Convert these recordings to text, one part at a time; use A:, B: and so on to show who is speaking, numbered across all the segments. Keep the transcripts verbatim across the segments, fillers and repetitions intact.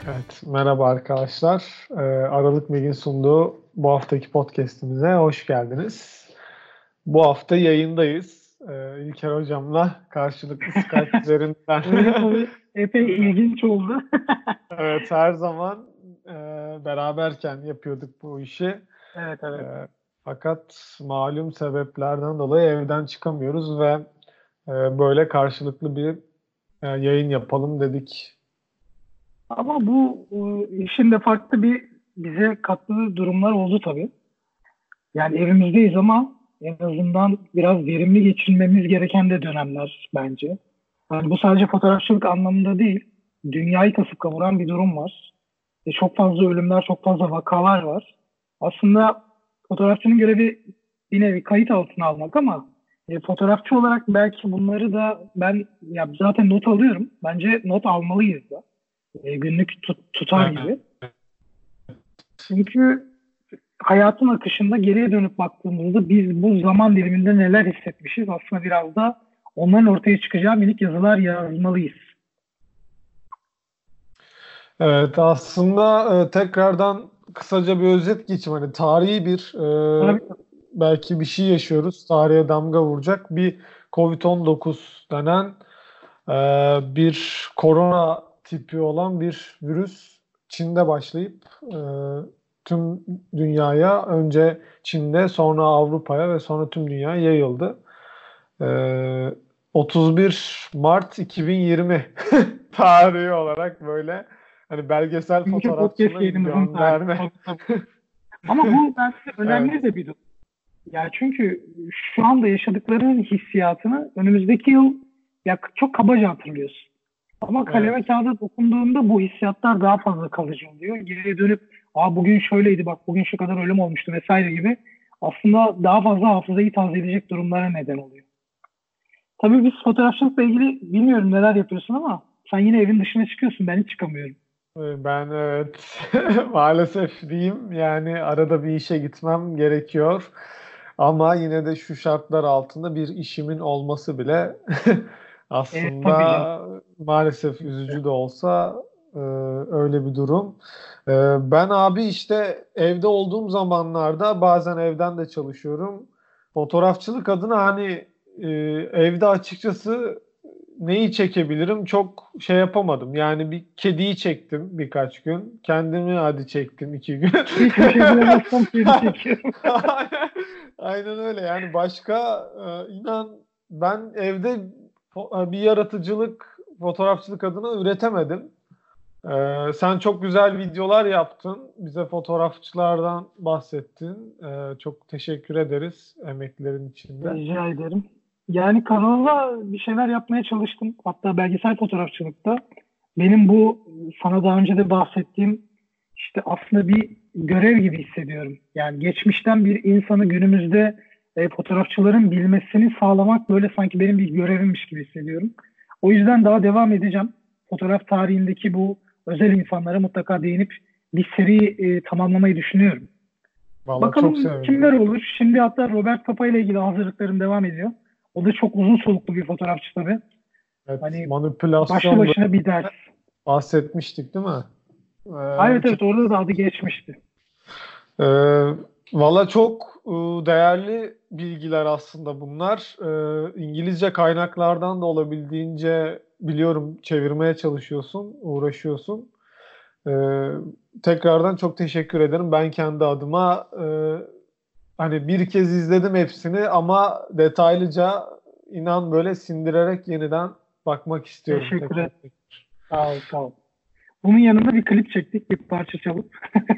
A: Evet, merhaba arkadaşlar. Ee, Aralık Meg'in sunduğu bu haftaki podcast'imize hoş geldiniz. Bu hafta yayındayız. Ee, İlker Hocam'la karşılıklı Skype üzerinden.
B: Öyle tabii. Epey ilginç oldu.
A: Evet, her zaman e, beraberken yapıyorduk bu işi.
B: Evet
A: E,
B: evet.
A: fakat malum sebeplerden dolayı evden çıkamıyoruz ve e, böyle karşılıklı bir e, yayın yapalım dedik.
B: Ama bu e, işin de farklı bir bize kattığı durumlar oldu tabii. Yani evimizdeyiz ama en azından biraz verimli geçirmemiz gereken de dönemler bence. Yani bu sadece fotoğrafçılık anlamında değil. Dünyayı kasıp kavuran bir durum var. E, çok fazla ölümler, çok fazla vakalar var. Aslında fotoğrafçının görevi bir nevi kayıt altına almak ama e, fotoğrafçı olarak belki bunları da ben ya zaten not alıyorum. Bence not almalıyız da. E, günlük tut- tutar gibi. Çünkü hayatın akışında geriye dönüp baktığımızda biz bu zaman diliminde neler hissetmişiz aslında biraz da onların ortaya çıkacağı minik yazılar yazmalıyız.
A: Evet, aslında e, tekrardan kısaca bir özet geçeyim. Hani tarihi bir e,
B: Tabii.
A: belki bir şey yaşıyoruz. Tarihe damga vuracak bir covid on dokuz denen e, bir korona tipi olan bir virüs Çin'de başlayıp e, tüm dünyaya, önce Çin'de, sonra Avrupa'ya ve sonra tüm dünyaya yayıldı. E, otuz bir Mart iki bin yirmi tarihi olarak böyle hani belgesel
B: Çünkü podcast
A: fotoğrafçının
B: yayınımızın tarihi.
A: gönderme.
B: Tabii, tabii. Ama bu bence önemli
A: Evet.
B: de bir durum. Yani çünkü şu anda yaşadıkları hissiyatını önümüzdeki yıl ya çok kabaca hatırlıyorsun. Ama
A: Evet.
B: kaleme kağıda dokunduğunda bu hissiyatlar daha fazla kalıcı oluyor. Geriye dönüp aa bugün şöyleydi bak bugün şu kadar ölüm olmuştu vesaire gibi aslında daha fazla hafızayı tazeleyecek durumlara neden oluyor. Tabii biz fotoğrafçılıkla ilgili bilmiyorum neler yapıyorsun ama sen yine evin dışına çıkıyorsun. Ben hiç çıkamıyorum.
A: Ben evet maalesef diyeyim, yani arada bir işe gitmem gerekiyor. Ama yine de şu şartlar altında bir işimin olması bile
B: E, tabii ya.
A: aslında maalesef üzücü de olsa e, öyle bir durum. E, ben abi işte evde olduğum zamanlarda bazen evden de çalışıyorum. Fotoğrafçılık adına hani e, evde açıkçası neyi çekebilirim çok şey yapamadım. Yani bir kediyi çektim birkaç gün. Kendimi hadi çektim iki gün.
B: Hiçbir şey bulamazsam geri çekiyorum.
A: Aynen, aynen öyle. Yani başka e, inan ben evde fo- bir yaratıcılık, fotoğrafçılık adına üretemedim. E, sen çok güzel videolar yaptın. Bize fotoğrafçılardan bahsettin. E, çok teşekkür ederiz emeklerin içinde.
B: Rica ederim. Yani kanalda bir şeyler yapmaya çalıştım. Hatta belgesel fotoğrafçılıkta. Benim bu sana daha önce de bahsettiğim işte aslında bir görev gibi hissediyorum. Yani geçmişten bir insanı günümüzde e, fotoğrafçıların bilmesini sağlamak böyle sanki benim bir görevimmiş gibi hissediyorum. O yüzden daha devam edeceğim. Fotoğraf tarihindeki bu özel insanlara mutlaka değinip bir seri e, tamamlamayı düşünüyorum.
A: Vallahi çok
B: Bakalım
A: sevindim.
B: kimler olur. Şimdi hatta Robert Papa ile ilgili hazırlıklarım devam ediyor. O da çok uzun soluklu bir fotoğrafçı tabii.
A: Evet,
B: Hani başlı
A: manipülasyon
B: başına bir ders.
A: bahsetmiştik değil mi?
B: Ha, evet
A: Ee, çok,
B: evet orada da adı geçmişti.
A: e, valla çok e, değerli bilgiler aslında bunlar. E, İngilizce kaynaklardan da olabildiğince biliyorum çevirmeye çalışıyorsun, uğraşıyorsun. E, tekrardan çok teşekkür ederim. Ben kendi adıma e, hani bir kez izledim hepsini ama detaylıca inan böyle sindirerek yeniden bakmak istiyorum
B: Teşekkür
A: tekrar.
B: ederim. Sağ ol, sağ ol. Bunun yanında bir klip çektik bir parça çalıp.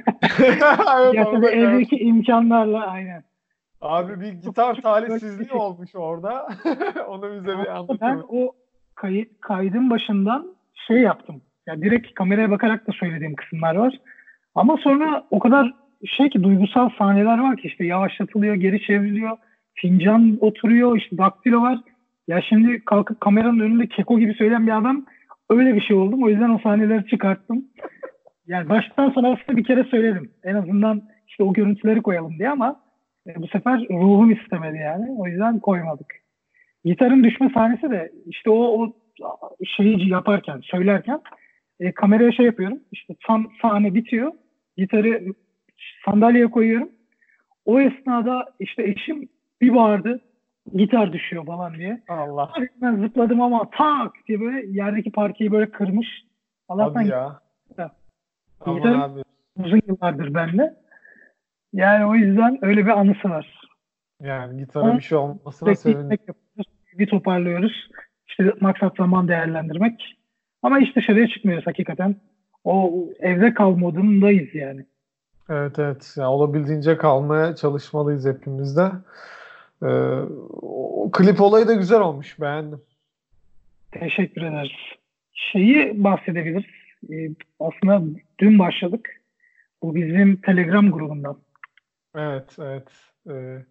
A: Evet,
B: Ya
A: onu
B: tabii
A: da
B: evdeki
A: gördüm.
B: imkanlarla aynen.
A: Abi bir
B: Çok
A: gitar
B: küçük böyle bir
A: talihsizliği
B: şey çektik.
A: olmuş orada. Onu bize bir
B: Aslında
A: anlatır
B: ben
A: mısın?
B: o kayıt, kaydın başından şey yaptım. Ya direkt kameraya bakarak da söylediğim kısımlar var. Ama sonra o kadar şey ki duygusal sahneler var ki işte yavaşlatılıyor, geri çevriliyor. Fincan oturuyor, işte daktilo var. Ya şimdi kalkıp kameranın önünde keko gibi söyleyen bir adam öyle bir şey oldum. O yüzden o sahneleri çıkarttım. Yani baştan sona aslında bir kere söyledim. En azından işte o görüntüleri koyalım diye ama e, bu sefer ruhum istemedi yani. O yüzden koymadık. Gitarın düşme sahnesi de işte o, o şeyi yaparken, söylerken E, kameraya şey yapıyorum. İşte tam sahne bitiyor. Gitarı sandalyeye koyuyorum. O esnada işte eşim bir bağırdı. Gitar düşüyor falan diye.
A: Allah.
B: Abi ben zıpladım ama tak diye böyle yerdeki parkeyi böyle kırmış.
A: Hadi
B: Allah'tan
A: ya. Aman
B: gitarım
A: abi.
B: uzun yıllardır bende. Yani o yüzden öyle bir anısı var.
A: Yani gitara
B: Onun
A: bir şey olmasına
B: sürekli
A: sevindim.
B: istek yapıyoruz. Bir toparlıyoruz. İşte maksat zaman değerlendirmek. Ama hiç dışarıya çıkmıyoruz hakikaten. O evde kal modundayız yani.
A: Evet, evet. Ya olabildiğince kalmaya çalışmalıyız hepimiz de. Ee, o klip olayı da güzel olmuş. Beğendim.
B: Teşekkür ederiz. Şeyi bahsedebiliriz. Ee, aslında dün başladık. Bu bizim Telegram grubundan.
A: Evet, evet. Ee,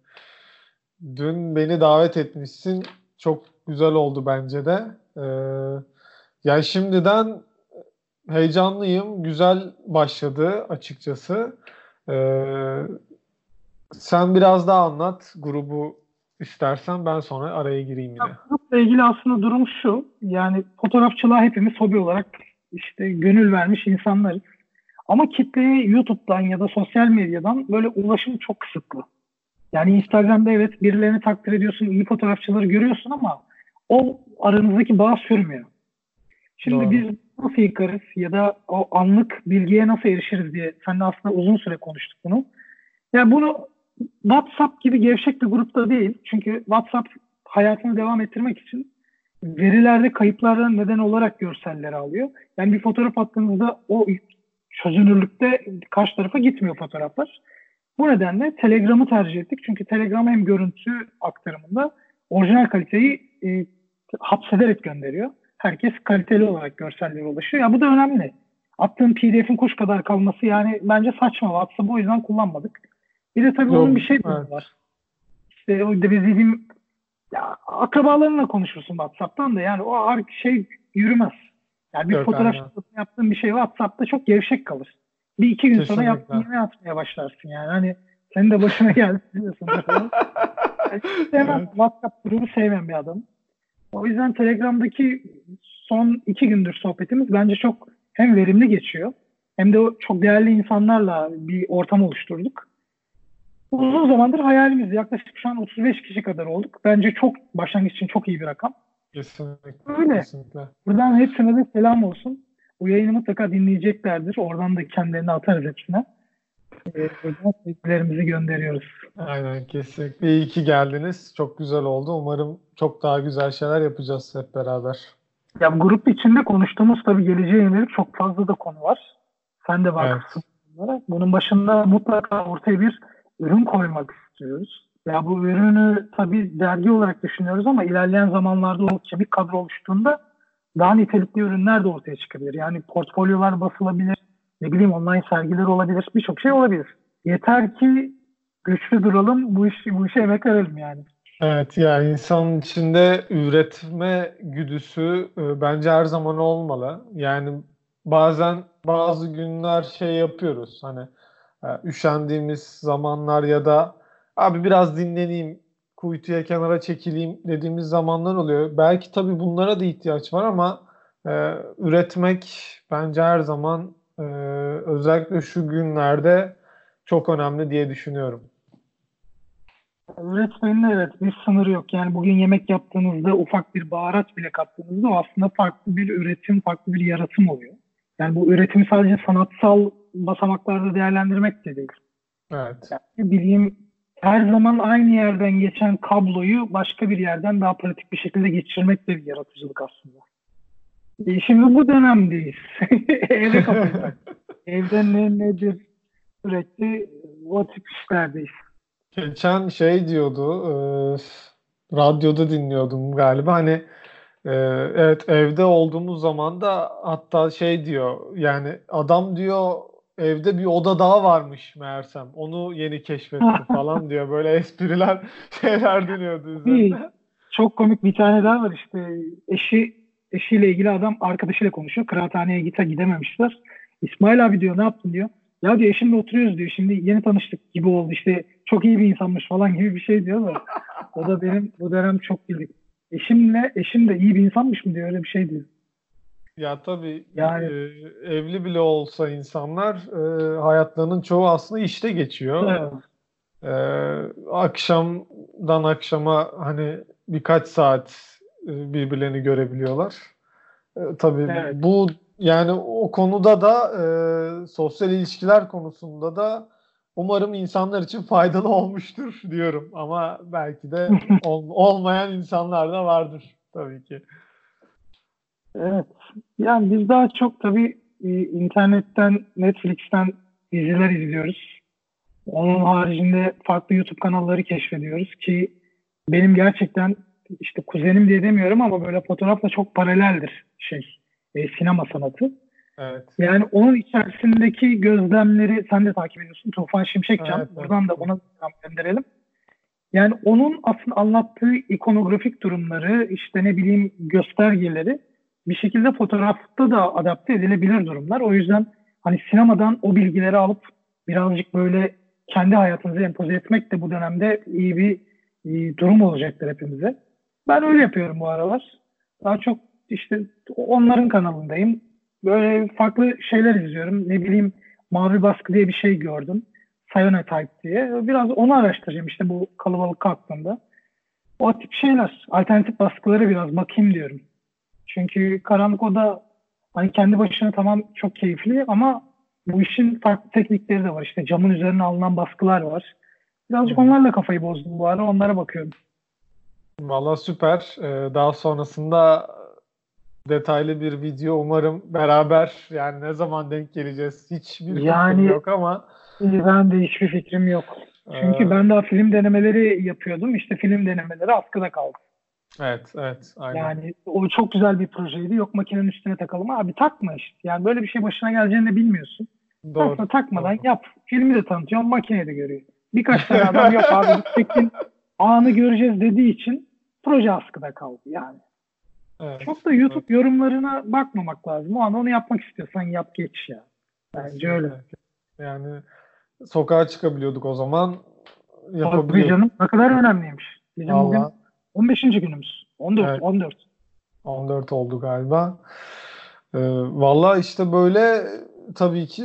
A: dün beni davet etmişsin. Çok güzel oldu bence de. Ee, yani şimdiden heyecanlıyım. Güzel başladı açıkçası. Ee, sen biraz daha anlat grubu istersen, ben sonra araya gireyim yine.
B: Grupla ilgili aslında durum şu. Yani fotoğrafçılığa hepimiz hobi olarak işte gönül vermiş insanlarız. Ama kitleye YouTube'dan ya da sosyal medyadan böyle ulaşım çok kısıtlı. Yani Instagram'da evet birilerini takdir ediyorsun, iyi fotoğrafçıları görüyorsun ama o aranızdaki bağ sürmüyor. Şimdi
A: Doğru.
B: biz nasıl yıkarız ya da o anlık bilgiye nasıl erişiriz diye seninle aslında uzun süre konuştuk bunu. Ya bunu WhatsApp gibi gevşek bir grupta değil. Çünkü WhatsApp hayatını devam ettirmek için verilerde kayıplardan neden olarak görselleri alıyor. Yani bir fotoğraf attığınızda o çözünürlükte karşı tarafa gitmiyor fotoğraflar. Bu nedenle Telegram'ı tercih ettik. Çünkü Telegram hem görüntü aktarımında orijinal kaliteyi e, hapsederek gönderiyor. Herkes kaliteli olarak görsellere ulaşıyor. Ya bu da önemli. Attığın P D F'in kuş kadar kalması yani bence saçma. WhatsApp'ı o yüzden kullanmadık. Bir de tabii
A: Yok,
B: onun bir şey
A: evet.
B: var. İşte o da dediğim ya, akrabalarınla konuşursun WhatsApp'tan da yani o şey yürümez. Yani bir
A: Yok,
B: fotoğraf
A: aynen.
B: yaptığın bir şey WhatsApp'ta çok gevşek kalır. Bir iki gün sonra yaptığın
A: Kesinlikle.
B: yemeğe atmaya başlarsın yani. Hani senin de başına geldi biliyorsun. Yani sevmem.
A: Evet.
B: WhatsApp grubu sevmeyen bir adam. O yüzden Telegram'daki son iki gündür sohbetimiz bence çok hem verimli geçiyor hem de o çok değerli insanlarla bir ortam oluşturduk. Uzun zamandır hayalimiz. Yaklaşık şu an otuz beş kişi kadar olduk. Bence çok başlangıç için çok iyi bir rakam.
A: Kesinlikle.
B: Öyle.
A: Kesinlikle.
B: Buradan hepsine de selam olsun. Bu yayını mutlaka dinleyeceklerdir. Oradan da kendilerini atarız hepsine. Ee, buradan sevgilerimizi gönderiyoruz.
A: Aynen, kesinlikle. İyi ki geldiniz. Çok güzel oldu. Umarım çok daha güzel şeyler yapacağız hep beraber.
B: Ya grup içinde konuştuğumuz tabii geleceğe yönelik çok fazla da konu var. Sen de
A: Evet.
B: vakıfsın bunlara. Bunun başında mutlaka ortaya bir ürün koymak istiyoruz. Ya bu ürünü tabii dergi olarak düşünüyoruz ama ilerleyen zamanlarda o kemik kadro oluştuğunda daha nitelikli ürünler de ortaya çıkabilir. Yani portfolyolar basılabilir, ne bileyim online sergiler olabilir, birçok şey olabilir. Yeter ki güçlü duralım, bu işi bu işe emek verelim yani.
A: Evet, yani insanın içinde üretme güdüsü e, bence her zaman olmalı. Yani bazen bazı günler şey yapıyoruz, hani e, üşendiğimiz zamanlar ya da abi biraz dinleneyim, kuytuya kenara çekileyim dediğimiz zamanlar oluyor. Belki tabii bunlara da ihtiyaç var ama e, üretmek bence her zaman e, özellikle şu günlerde çok önemli diye düşünüyorum.
B: Üretmenin evet bir sınırı yok. Yani bugün yemek yaptığınızda ufak bir baharat bile kattığınızda o aslında farklı bir üretim, farklı bir yaratım oluyor. Yani bu üretimi sadece sanatsal basamaklarda değerlendirmek de değil.
A: Evet.
B: Yani ne bileyim her zaman aynı yerden geçen kabloyu başka bir yerden daha pratik bir şekilde geçirmek de bir yaratıcılık aslında. E şimdi bu dönemdeyiz. Eve kapanacak. Evde ne nedir sürekli o tip işlerdeyiz.
A: Geçen şey diyordu, e, radyoda dinliyordum galiba. Hani e, evet, evde olduğumuz zaman da hatta şey diyor, yani adam diyor evde bir oda daha varmış meğersem. Onu yeni keşfetti falan diyor. Böyle espriler şeyler dönüyordu
B: Bir,
A: üzerine.
B: çok komik bir tane daha var işte eşi eşiyle ilgili adam arkadaşıyla konuşuyor. Kıraathaneye gite gidememişler. İsmail abi diyor ne yaptın diyor. Ya diyor eşimle oturuyoruz diyor. Şimdi yeni tanıştık gibi oldu işte çok iyi bir insanmış falan gibi bir şey diyor da. O da benim bu dönem çok güldük. Eşimle eşim de iyi bir insanmış mı diyor öyle bir şey diyor.
A: Ya tabii e,
B: Yani
A: evli bile olsa insanlar e, hayatlarının çoğu aslında işte geçiyor.
B: evet,
A: E, Akşamdan akşama hani birkaç saat e, birbirlerini görebiliyorlar. E, tabii
B: evet.
A: bu yani o konuda da e, sosyal ilişkiler konusunda da umarım insanlar için faydalı olmuştur diyorum. Ama belki de ol- olmayan insanlar da vardır tabii ki.
B: Evet. Yani biz daha çok tabii e, internetten, Netflix'ten diziler izliyoruz. Onun haricinde farklı YouTube kanalları keşfediyoruz ki benim gerçekten işte kuzenim diye demiyorum ama böyle fotoğrafla çok paraleldir şey e, sinema sanatı.
A: Evet.
B: Yani onun içerisindeki gözlemleri sen de takip ediyorsun. Tufan Şimşekcan.
A: Evet, evet.
B: Buradan da ona selam gönderelim. Yani onun aslında anlattığı ikonografik durumları, işte ne bileyim göstergeleri bir şekilde fotoğrafta da adapte edilebilir durumlar. O yüzden hani sinemadan o bilgileri alıp birazcık böyle kendi hayatınızı empoze etmek de bu dönemde iyi bir iyi durum olacaktır hepimize. Ben öyle yapıyorum bu aralar. Daha çok işte onların kanalındayım. Böyle farklı şeyler izliyorum. Ne bileyim Mavi Baskı diye bir şey gördüm. Cyanotype diye. Biraz onu araştıracağım işte bu kalabalık hakkında. O tip şeyler. Alternatif baskılara biraz bakayım diyorum. Çünkü Karanlık Oda hani kendi başına tamam çok keyifli ama bu işin farklı teknikleri de var. İşte camın üzerine alınan baskılar var.
A: Hı
B: Birazcık
A: hı.
B: onlarla kafayı bozdum bu ara. Onlara bakıyorum.
A: Valla süper. Ee, daha sonrasında detaylı bir video umarım beraber yani ne zaman denk geleceğiz hiçbir fikrim
B: Yani
A: yok ama
B: ben de hiçbir fikrim yok. Çünkü ben
A: e,
B: daha film denemeleri yapıyordum. İşte film denemeleri askıda kaldı.
A: evet evet aynen
B: Yani o çok güzel bir projeydi. Yok makinenin üstüne takalım. Abi takma işte. Yani böyle bir şey başına geleceğini de bilmiyorsun.
A: doğru
B: Takma takmadan
A: doğru.
B: yap. Filmi de tanıtıyor, makineyi de görüyor. Birkaç tane adam yok abi biz çekin anı göreceğiz dediği için proje askıda kaldı yani.
A: Evet,
B: Çok da
A: evet
B: YouTube yorumlarına bakmamak lazım. O an onu yapmak istiyorsan yap geç ya. Bence öyle.
A: kesinlikle. Yani sokağa çıkabiliyorduk o zaman
B: Tabii
A: yapabiliyorduk.
B: canım ne kadar önemliymiş. Bizim
A: Valla
B: bugün on beşinci günümüz. on dört
A: evet
B: on dört.
A: on dört oldu galiba. Ee, Valla işte böyle tabii ki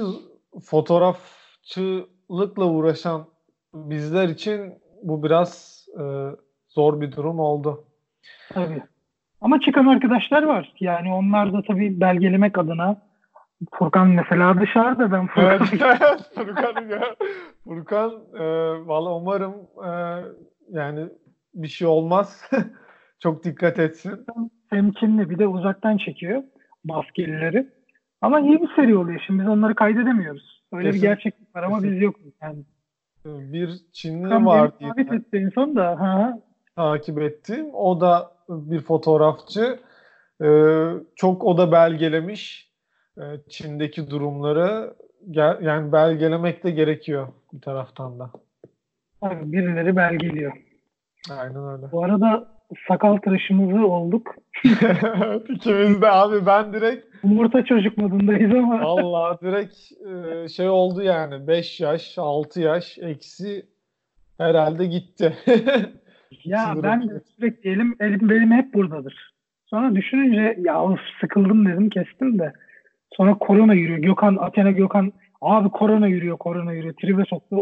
A: fotoğrafçılıkla uğraşan bizler için bu biraz e, zor bir durum oldu.
B: Tabii. Ama çıkan arkadaşlar var. Yani onlar da tabii belgelemek adına. Furkan mesela dışarıda. Ben
A: Evet,
B: Furkan
A: Furkan, ya. Furkan e, valla umarım e, yani bir şey olmaz. Çok dikkat etsin.
B: temkinli bir de uzaktan çekiyor maskelileri. Ama iyi bir seri oluyor. Şimdi biz onları kaydedemiyoruz. Öyle bir
A: Kesin,
B: gerçeklik var ama
A: kesin.
B: biz yokuz. Yani
A: Bir Çinli
B: Furkan beni
A: vardı
B: davet
A: yine
B: etti en son da. Ha,
A: takip ettiğim. O da bir fotoğrafçı. Ee, çok o da belgelemiş e, Çin'deki durumları. Gel- yani belgelemek de gerekiyor bir taraftan da.
B: tabii birileri belgeliyor.
A: Aynen öyle.
B: Bu arada sakal tıraşımızı olduk.
A: Evet, İkimiz de abi ben direkt
B: Umurta çocuk modundayız ama
A: vallahi direkt e, şey oldu yani beş yaş altı yaş eksi herhalde gitti.
B: ya
A: Sınırım.
B: ben de sürekli elim, elim benim hep buradadır. Sonra düşününce ya of, sıkıldım dedim kestim de. Sonra korona yürüyor. Gökhan, Athena Gökhan abi korona yürüyor, korona yürüyor. Tribe soktu.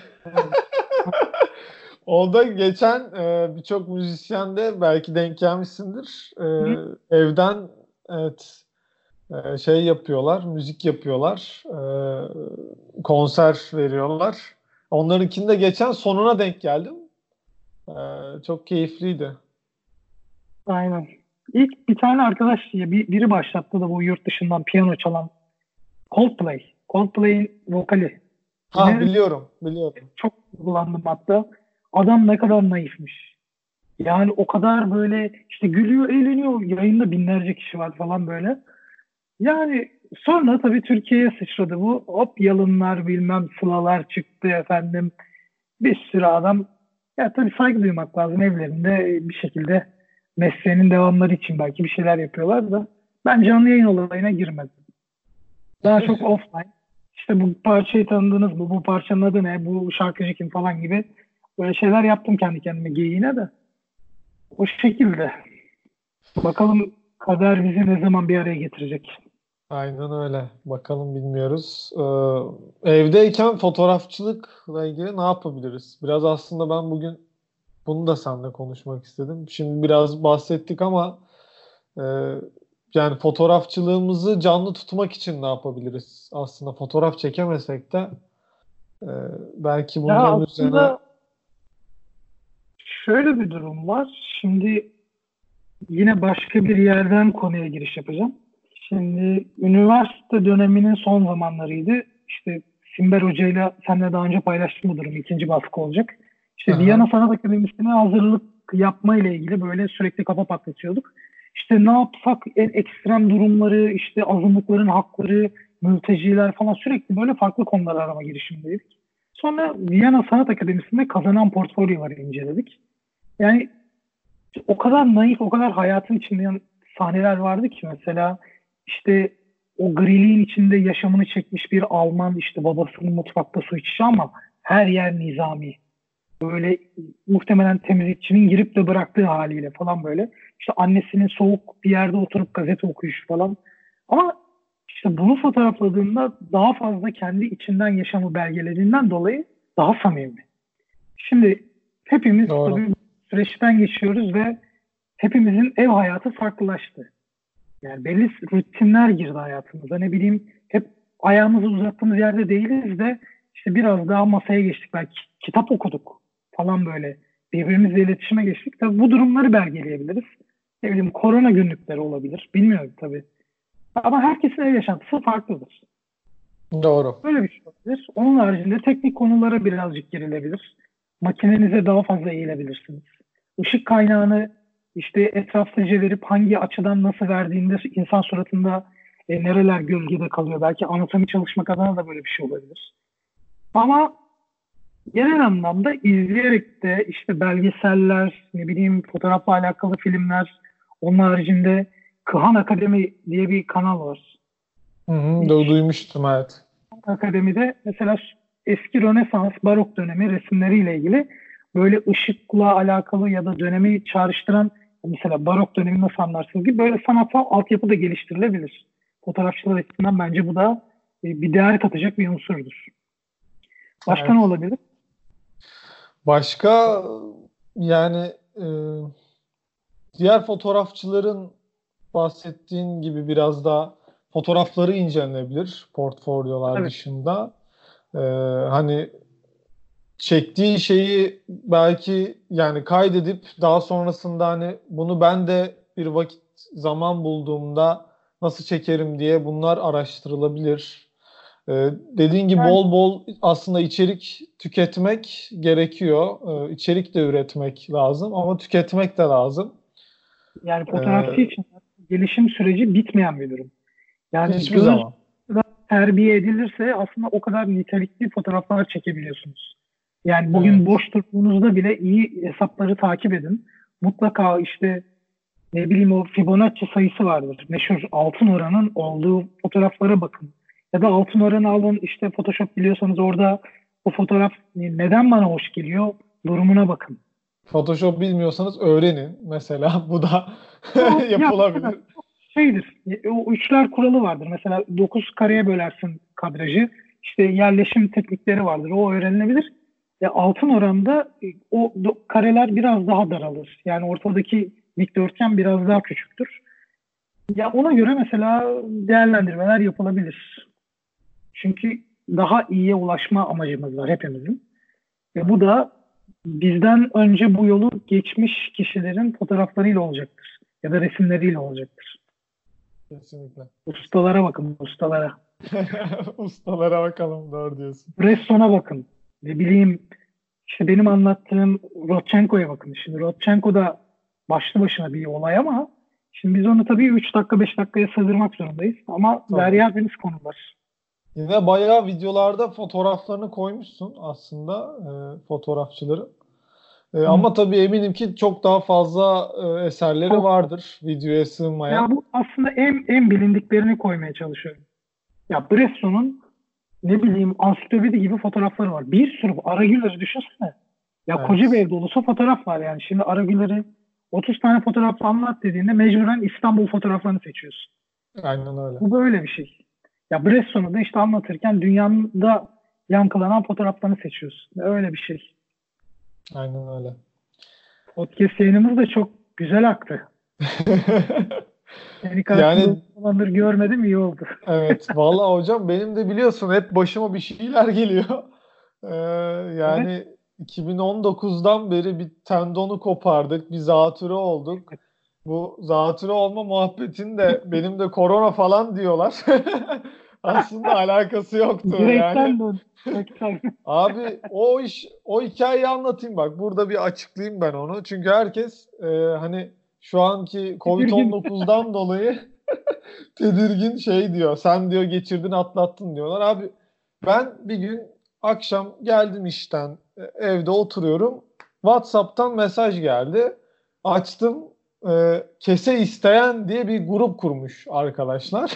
A: O da geçen e, birçok müzisyen de belki denk gelmişsindir. E,
B: Hı,
A: evden evet e, şey yapıyorlar, müzik yapıyorlar, e, konser veriyorlar. Onlarınkinde geçen sonuna denk geldim. E, Çok keyifliydi.
B: aynen. İlk bir tane arkadaş ya bir, biri başlattı da bu yurt dışından piyano çalan Coldplay. Coldplay'in vokali.
A: Ha
B: Yine
A: biliyorum, biliyorum.
B: çok kullandım hatta. Adam ne kadar naifmiş. Yani o kadar böyle işte gülüyor, eğleniyor. Yayında binlerce kişi var falan böyle. Yani sonra tabii Türkiye'ye sıçradı bu. Hop yalınlar bilmem sılalar çıktı efendim. Bir sürü adam. Ya tabii saygı duymak lazım evlerinde bir şekilde mesleğinin devamları için belki bir şeyler yapıyorlar da ben canlı yayın olayına girmedim. Daha çok offline. İşte bu parçayı tanıdınız mı? Bu parçanın adı ne? Bu şarkıcı kim falan gibi böyle şeyler yaptım kendi kendime geyiğine de. O şekilde. Bakalım Kader bizi ne zaman bir araya getirecek?
A: Aynen öyle. Bakalım bilmiyoruz. Ee, evdeyken fotoğrafçılıkla ilgili ne yapabiliriz? Biraz aslında ben bugün bunu da seninle konuşmak istedim. Şimdi biraz bahsettik ama e, yani fotoğrafçılığımızı canlı tutmak için ne yapabiliriz? Aslında fotoğraf çekemesek de e, belki
B: Ya
A: bunların üzerine.
B: aslında şöyle bir durum var. Şimdi yine başka bir yerden konuya giriş yapacağım. Şimdi üniversite döneminin son zamanlarıydı. İşte Simber Hoca ile seninle daha önce paylaştım bu durumu. İkinci baskı olacak. İşte
A: Aha.
B: Viyana Sanat Akademisi'ne hazırlık yapma ile ilgili böyle sürekli kafa patlatıyorduk. İşte ne yapsak en ekstrem durumları, işte azınlıkların hakları, mülteciler falan sürekli böyle farklı konular arama girişimindeydik. Sonra Viyana Sanat Akademisi'nde kazanan portfolyoları inceledik. Yani o kadar naif, o kadar hayatın içinde yan- sahneler vardı ki mesela işte o griliğin içinde yaşamını çekmiş bir Alman işte babasının mutfakta su içişi ama her yer nizami. Böyle muhtemelen temizlikçinin girip de bıraktığı haliyle falan böyle. İşte annesinin soğuk bir yerde oturup gazete okuyuşu falan. Ama işte bunu fotoğrafladığında daha fazla kendi içinden yaşamı belgelediğinden dolayı daha samimi. Şimdi hepimiz
A: Doğru.
B: tabii bu süreçten geçiyoruz ve hepimizin ev hayatı farklılaştı. Yani belli rutinler girdi hayatımıza. Ne bileyim hep ayağımızı uzattığımız yerde değiliz de işte biraz daha masaya geçtik. Belki kitap okuduk falan böyle. Birbirimizle iletişime geçtik. Tabii bu durumları belgeleyebiliriz. Ne bileyim korona günlükleri olabilir. Bilmiyorum tabii. Ama herkesin ev yaşantısı farklıdır.
A: Doğru.
B: Böyle bir şey olabilir. Onun haricinde teknik konulara birazcık girilebilir. Makinenize daha fazla eğilebilirsiniz. Işık kaynağını işte etraflıca verip hangi açıdan nasıl verdiğinde insan suratında e, nereler gölgede kalıyor. Belki anatomi çalışmak adına da böyle bir şey olabilir. Ama genel anlamda izleyerek de işte belgeseller, ne bileyim fotoğrafla alakalı filmler, onun haricinde Kıhan Akademi diye bir kanal var.
A: Hı hı, du-
B: Hiç
A: duymuştum, evet.
B: Akademide mesela eski Rönesans, Barok dönemi resimleriyle ilgili böyle ışıkla alakalı ya da dönemi çağrıştıran mesela Barok dönemi nasıl anlarsınız gibi böyle sanatsal altyapı da geliştirilebilir. Fotoğrafçılar açısından bence bu da e, bir değer katacak bir unsurdur. Başka ne
A: Evet.
B: olabilir?
A: Başka yani e, diğer fotoğrafçıların bahsettiğin gibi biraz da fotoğrafları incelenebilir portfolyolar
B: Evet.
A: dışında. Ee, hani çektiği şeyi belki yani kaydedip daha sonrasında hani bunu ben de bir vakit zaman bulduğumda nasıl çekerim diye bunlar araştırılabilir. Ee, dediğin gibi
B: Yani,
A: bol bol aslında içerik tüketmek gerekiyor. Ee, içerik de üretmek lazım ama tüketmek de lazım.
B: yani
A: Ee,
B: fotoğrafçı için gelişim süreci bitmeyen bir durum. Yani
A: hiçbir
B: göz
A: zaman.
B: terbiye edilirse aslında o kadar nitelikli fotoğraflar çekebiliyorsunuz. Yani bugün
A: Evet.
B: boş durduğunuzda bile iyi hesapları takip edin. Mutlaka işte ne bileyim o Fibonacci sayısı vardır. Meşhur altın oranın olduğu fotoğraflara bakın. Ya da altın oranı alın işte Photoshop biliyorsanız orada bu fotoğraf neden bana hoş geliyor durumuna bakın.
A: Photoshop bilmiyorsanız öğrenin. Mesela bu da
B: O, ya mesela
A: yapılabilir.
B: şeydir. O üçler kuralı vardır. Mesela dokuz kareye bölersin kadrajı. İşte yerleşim teknikleri vardır. O öğrenilebilir. E, altın oranda e, o do- kareler biraz daha daralır. Yani ortadaki dikdörtgen biraz daha küçüktür. Ya ona göre mesela değerlendirmeler yapılabilir. Çünkü daha iyiye ulaşma amacımız var hepimizin. Ve bu da bizden önce bu yolu geçmiş kişilerin fotoğraflarıyla olacaktır. Ya da resimleriyle olacaktır.
A: Kesinlikle.
B: Ustalara bakın, ustalara.
A: Ustalara bakalım, doğru diyorsun.
B: Bresson'a bakın. Ne bileyim işte benim anlattığım Rodchenko'ya bakın. Şimdi Rodchenko da başlı başına bir olay ama şimdi biz onu tabii üç dakika beş dakikaya sığdırmak zorundayız. Ama
A: Tabii.
B: Derya Deniz konular.
A: Yine bayağı videolarda fotoğraflarını koymuşsun aslında e, fotoğrafçıları. E,
B: Hı.
A: ama tabii eminim ki çok daha fazla e, eserleri
B: Çok
A: vardır videoya
B: ya
A: sığmayan.
B: bu aslında en en bilindiklerini koymaya çalışıyorum. Ya Bresson'un ne bileyim ansiklopedi gibi fotoğrafları var. Bir sürü Aragüler'i düşünsene. Ya koca bir
A: Evet.
B: ev dolusu fotoğraf var yani. Şimdi Aragüler'i otuz tane fotoğraf anlat dediğinde mecburen İstanbul fotoğraflarını seçiyorsun.
A: Aynen öyle.
B: Bu böyle bir şey. Ya Bresson'u da işte anlatırken dünyanın da yankılanan fotoğraflarını seçiyorsun. Öyle bir şey.
A: Aynen öyle.
B: Podcast yayınımız da çok güzel aktı. Yani karşımda
A: Yani
B: zamandır görmedim, iyi oldu.
A: evet. Vallahi hocam benim de biliyorsun hep başıma bir şeyler geliyor. Ee, yani
B: Evet.
A: iki bin on dokuzdan beri bir tendonu kopardık. Bir zatürre olduk. Bu zatürre olma muhabbetinde benim de korona falan diyorlar. Aslında alakası yoktu yani.
B: Direkten dön. Direkten.
A: Abi o iş o hikayeyi anlatayım bak. Burada bir açıklayayım ben onu. Çünkü herkes e, hani şu anki covid on dokuzdan dolayı tedirgin şey diyor. Sen diyor geçirdin atlattın diyorlar. Abi ben bir gün akşam geldim işten e, evde oturuyorum. WhatsApp'tan mesaj geldi. Açtım. E, kese isteyen diye bir grup kurmuş arkadaşlar.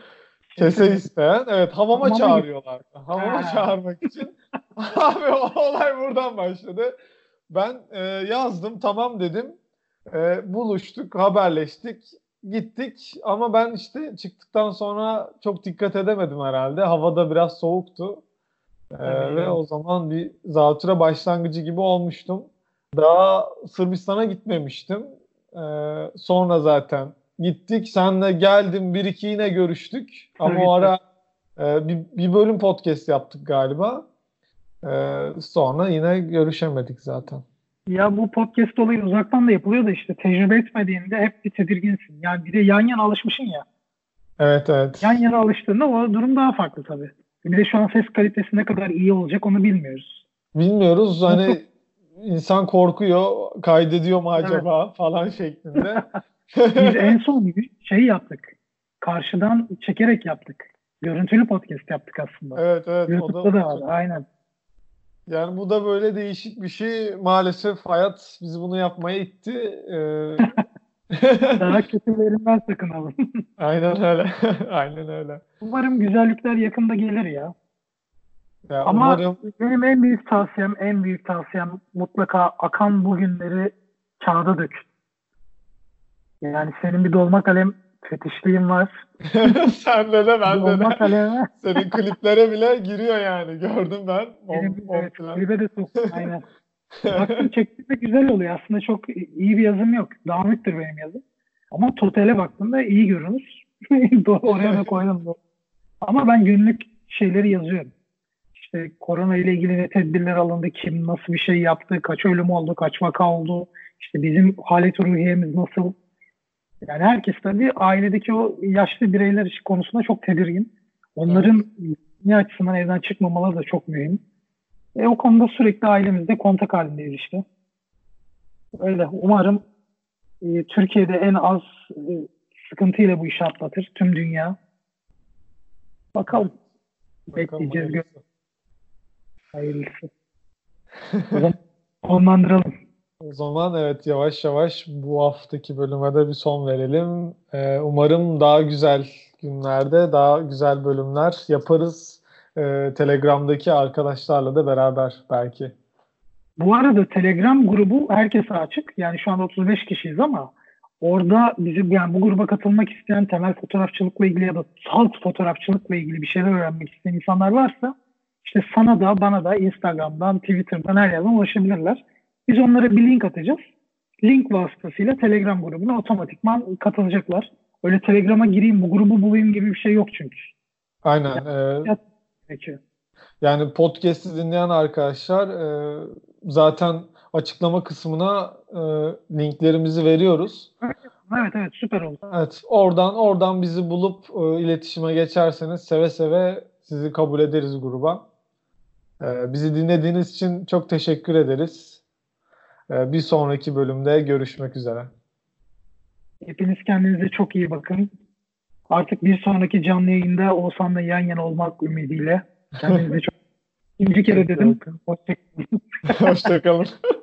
A: Kese isteyen. Evet hamama
B: Hamama
A: çağırıyorlar. Hamama
B: Ha.
A: çağırmak için. Abi o olay buradan başladı. Ben e, yazdım tamam dedim. E, buluştuk, haberleştik, gittik. Ama ben işte çıktıktan sonra çok dikkat edemedim herhalde. Havada biraz soğuktu. E,
B: Tabii
A: ve
B: canım.
A: o zaman bir zatüre başlangıcı gibi olmuştum. Daha Sırbistan'a gitmemiştim. E, sonra zaten gittik. Senle geldim bir iki yine görüştük. Ama
B: Tabii,
A: o
B: tabii.
A: ara e, bir, bir bölüm podcast yaptık galiba. E, sonra yine görüşemedik zaten.
B: Ya bu podcast olayı uzaktan da yapılıyor da işte tecrübe etmediğinde hep bir tedirginsin. Yani bir de yan yana alışmışsın ya.
A: Evet evet.
B: Yan yana alıştığında o durum daha farklı tabii. Bir de şu an ses kalitesi ne kadar iyi olacak onu bilmiyoruz.
A: Bilmiyoruz
B: Nasıl?
A: hani insan korkuyor kaydediyor mu
B: Evet.
A: acaba falan şeklinde.
B: Biz en son şey yaptık. Karşıdan çekerek yaptık. Görüntülü podcast yaptık aslında.
A: Evet evet o
B: YouTube'da
A: da
B: da var.
A: çok
B: Aynen.
A: yani bu da böyle değişik bir şey maalesef hayat bizi bunu yapmaya itti. Ee,
B: Daha kötülerinden sakınalım.
A: Aynen öyle. Aynen öyle.
B: Umarım güzellikler yakında gelir ya.
A: Ya
B: Ama
A: umarım
B: benim en büyük tavsiyem, en büyük tavsiyem mutlaka akan bugünleri kağıda dök. Yani senin bir dolma kalem fetişliğin var.
A: sende de bende
B: Dolma
A: de
B: kaleme
A: senin kliplere bile giriyor yani gördüm ben. On,
B: benim
A: on
B: evet,
A: plan.
B: klibe de soktum. Aynen. Baktım çektiğimde güzel oluyor. Aslında çok iyi bir yazım yok. Dağınıktır benim yazım. Ama totale baktığımda iyi görünür. Oraya da koydum. Ama ben günlük şeyleri yazıyorum. İşte korona ile ilgili ne tedbirler alındı, kim nasıl bir şey yaptı, kaç ölüm oldu, kaç vaka oldu, işte bizim halet ruhiyemiz nasıl. Yani herkes tabii ailedeki o yaşlı bireyler işi konusunda çok tedirgin. Onların ne açısından evden çıkmamaları da çok mühim. E, o konuda sürekli ailemizde kontak halindeyiz işte. Öyle. Umarım e, Türkiye'de en az e, sıkıntıyla bu işi atlatır tüm dünya. Bakalım.
A: Bakalım
B: Bekleyeceğiz. Gö-
A: hayırlısı.
B: Hayırlısı. O zaman sonlandıralım.
A: O zaman evet yavaş yavaş bu haftaki bölüme de bir son verelim. Ee, umarım daha güzel günlerde daha güzel bölümler yaparız. Ee, Telegram'daki arkadaşlarla da beraber belki.
B: Bu arada Telegram grubu herkese açık. Yani şu anda otuz beş kişiyiz ama orada bizi yani bu gruba katılmak isteyen temel fotoğrafçılıkla ilgili ya da salt fotoğrafçılıkla ilgili bir şeyler öğrenmek isteyen insanlar varsa işte sana da bana da Instagram'dan, Twitter'dan her yerden ulaşabilirler. Biz onlara bir link atacağız. Link vasıtasıyla Telegram grubuna otomatikman katılacaklar. Öyle Telegram'a gireyim bu grubu bulayım gibi bir şey yok çünkü.
A: Aynen. E,
B: Peki.
A: yani podcast'i dinleyen arkadaşlar e, zaten açıklama kısmına e, linklerimizi veriyoruz.
B: Evet evet süper oldu.
A: Evet, oradan oradan bizi bulup e, iletişime geçerseniz seve seve sizi kabul ederiz gruba. E, bizi dinlediğiniz için çok teşekkür ederiz. E, bir sonraki bölümde görüşmek üzere.
B: Hepiniz kendinize çok iyi bakın. Artık bir sonraki canlı yayında Oğuzhan'la yan yana olmak ümidiyle. Kendinize çok ikinci kere dedim. Hoşçakalın.
A: Hoşçakalın.